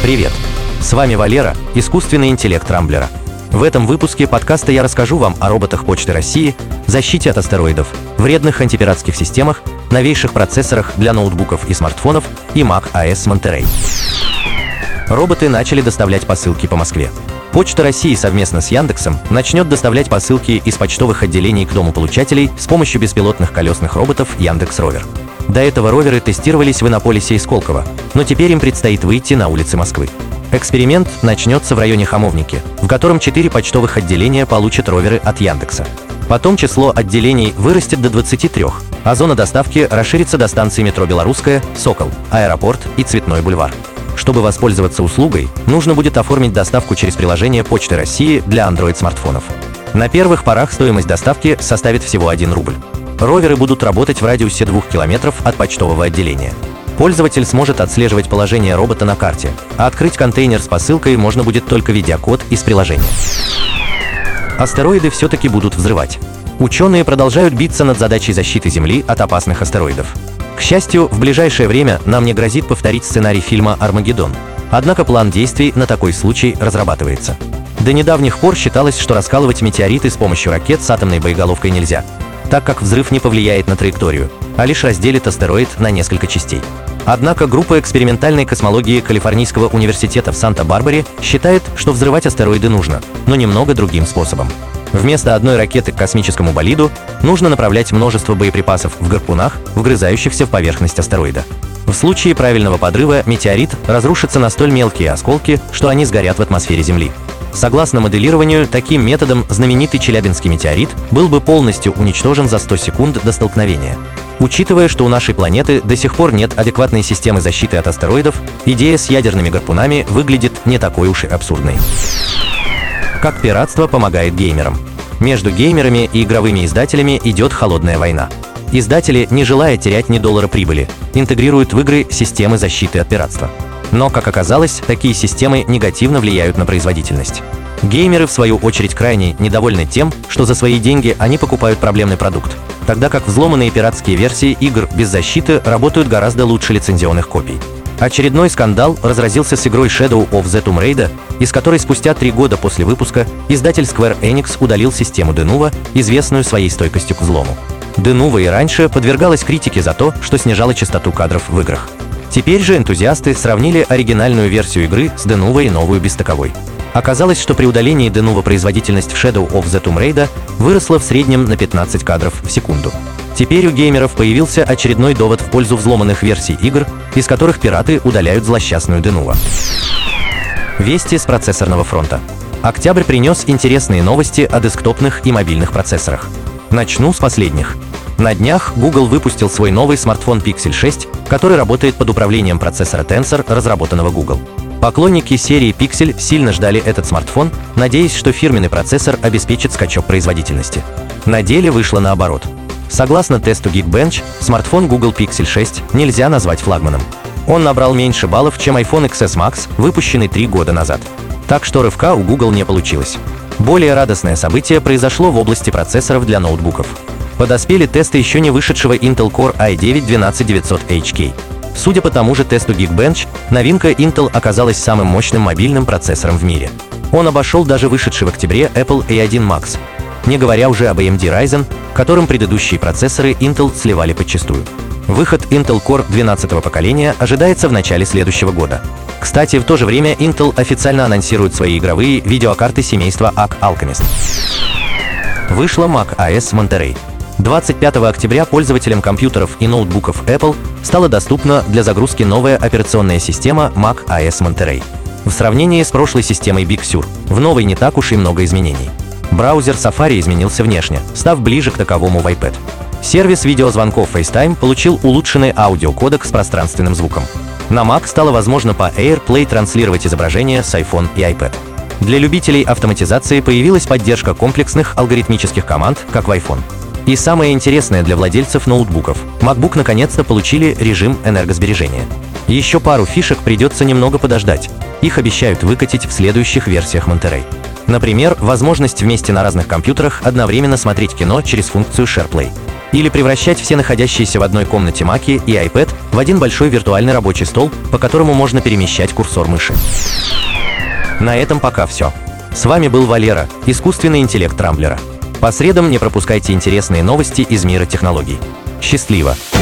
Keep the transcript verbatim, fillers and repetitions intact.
Привет! С вами Валера, искусственный интеллект Рамблера. В этом выпуске подкаста я расскажу вам о роботах Почты России, защите от астероидов, вредных антипиратских системах, новейших процессорах для ноутбуков и смартфонов и Mac о эс Monterey. Роботы начали доставлять посылки по Москве. Почта России совместно с Яндексом начнет доставлять посылки из почтовых отделений к дому получателей с помощью беспилотных колесных роботов Яндекс.Ровер. До этого роверы тестировались в Иннополисе и Сколково, но теперь им предстоит выйти на улицы Москвы. Эксперимент начнется в районе Хамовники, в котором четыре почтовых отделения получат роверы от Яндекса. Потом число отделений вырастет до двадцати трёх, а зона доставки расширится до станции метро Белорусская, Сокол, Аэропорт и Цветной бульвар. Чтобы воспользоваться услугой, нужно будет оформить доставку через приложение Почты России для Android-смартфонов. На первых порах стоимость доставки составит всего один рубль. Роверы будут работать в радиусе двух километров от почтового отделения. Пользователь сможет отслеживать положение робота на карте, а открыть контейнер с посылкой можно будет только введя код из приложения. Астероиды все-таки будут взрывать. Ученые продолжают биться над задачей защиты Земли от опасных астероидов. К счастью, в ближайшее время нам не грозит повторить сценарий фильма «Армагеддон». Однако план действий на такой случай разрабатывается. До недавних пор считалось, что раскалывать метеориты с помощью ракет с атомной боеголовкой нельзя, так как взрыв не повлияет на траекторию, а лишь разделит астероид на несколько частей. Однако группа экспериментальной космологии Калифорнийского университета в Санта-Барбаре считает, что взрывать астероиды нужно, но немного другим способом. Вместо одной ракеты к космическому болиду нужно направлять множество боеприпасов в гарпунах, вгрызающихся в поверхность астероида. В случае правильного подрыва метеорит разрушится на столь мелкие осколки, что они сгорят в атмосфере Земли. Согласно моделированию, таким методом знаменитый Челябинский метеорит был бы полностью уничтожен за сто секунд до столкновения. Учитывая, что у нашей планеты до сих пор нет адекватной системы защиты от астероидов, идея с ядерными гарпунами выглядит не такой уж и абсурдной. Как пиратство помогает геймерам? Между геймерами и игровыми издателями идет холодная война. Издатели, не желая терять ни доллара прибыли, интегрируют в игры системы защиты от пиратства. Но, как оказалось, такие системы негативно влияют на производительность. Геймеры, в свою очередь, крайне недовольны тем, что за свои деньги они покупают проблемный продукт, тогда как взломанные пиратские версии игр без защиты работают гораздо лучше лицензионных копий. Очередной скандал разразился с игрой Shadow of the Tomb Raider, из которой спустя три года после выпуска издатель Square Enix удалил систему Denuvo, известную своей стойкостью к взлому. Denuvo и раньше подвергалась критике за то, что снижала частоту кадров в играх. Теперь же энтузиасты сравнили оригинальную версию игры с Denuvo и новую без таковой. Оказалось, что при удалении Denuvo производительность в Shadow of the Tomb Raider выросла в среднем на пятнадцать кадров в секунду. Теперь у геймеров появился очередной довод в пользу взломанных версий игр, из которых пираты удаляют злосчастную Denuvo. Вести с процессорного фронта. Октябрь принес интересные новости о десктопных и мобильных процессорах. Начну с последних. На днях Google выпустил свой новый смартфон Pixel шесть, который работает под управлением процессора Tensor, разработанного Google. Поклонники серии Pixel сильно ждали этот смартфон, надеясь, что фирменный процессор обеспечит скачок производительности. На деле вышло наоборот. Согласно тесту Geekbench, смартфон Google Pixel шесть нельзя назвать флагманом. Он набрал меньше баллов, чем iPhone икс эс Max, выпущенный три года назад. Так что рывка у Google не получилось. Более радостное событие произошло в области процессоров для ноутбуков. Подоспели тесты еще не вышедшего Intel Core ай девять двенадцать девятьсот эйч кей. Судя по тому же тесту Geekbench, новинка Intel оказалась самым мощным мобильным процессором в мире. Он обошел даже вышедший в октябре Apple эй один Max, не говоря уже об эй эм ди Ryzen, которым предыдущие процессоры Intel сливали подчистую. Выход Intel Core двенадцатого поколения ожидается в начале следующего года. Кстати, в то же время Intel официально анонсирует свои игровые видеокарты семейства эй си си Alchemist. Вышла Mac о эс Monterey. двадцать пятого октября пользователям компьютеров и ноутбуков Apple стала доступна для загрузки новая операционная система Mac о эс Monterey. В сравнении с прошлой системой Big Sur, в новой не так уж и много изменений. Браузер Safari изменился внешне, став ближе к таковому в iPad. Сервис видеозвонков FaceTime получил улучшенный аудиокодек с пространственным звуком. На Mac стало возможно по AirPlay транслировать изображения с iPhone и iPad. Для любителей автоматизации появилась поддержка комплексных алгоритмических команд, как в iPhone. И самое интересное для владельцев ноутбуков – MacBook наконец-то получили режим энергосбережения. Еще пару фишек придется немного подождать. Их обещают выкатить в следующих версиях Monterey. Например, возможность вместе на разных компьютерах одновременно смотреть кино через функцию SharePlay. Или превращать все находящиеся в одной комнате маки и iPad в один большой виртуальный рабочий стол, по которому можно перемещать курсор мыши. На этом пока все. С вами был Валера, искусственный интеллект Рамблера. По средам не пропускайте интересные новости из мира технологий. Счастливо!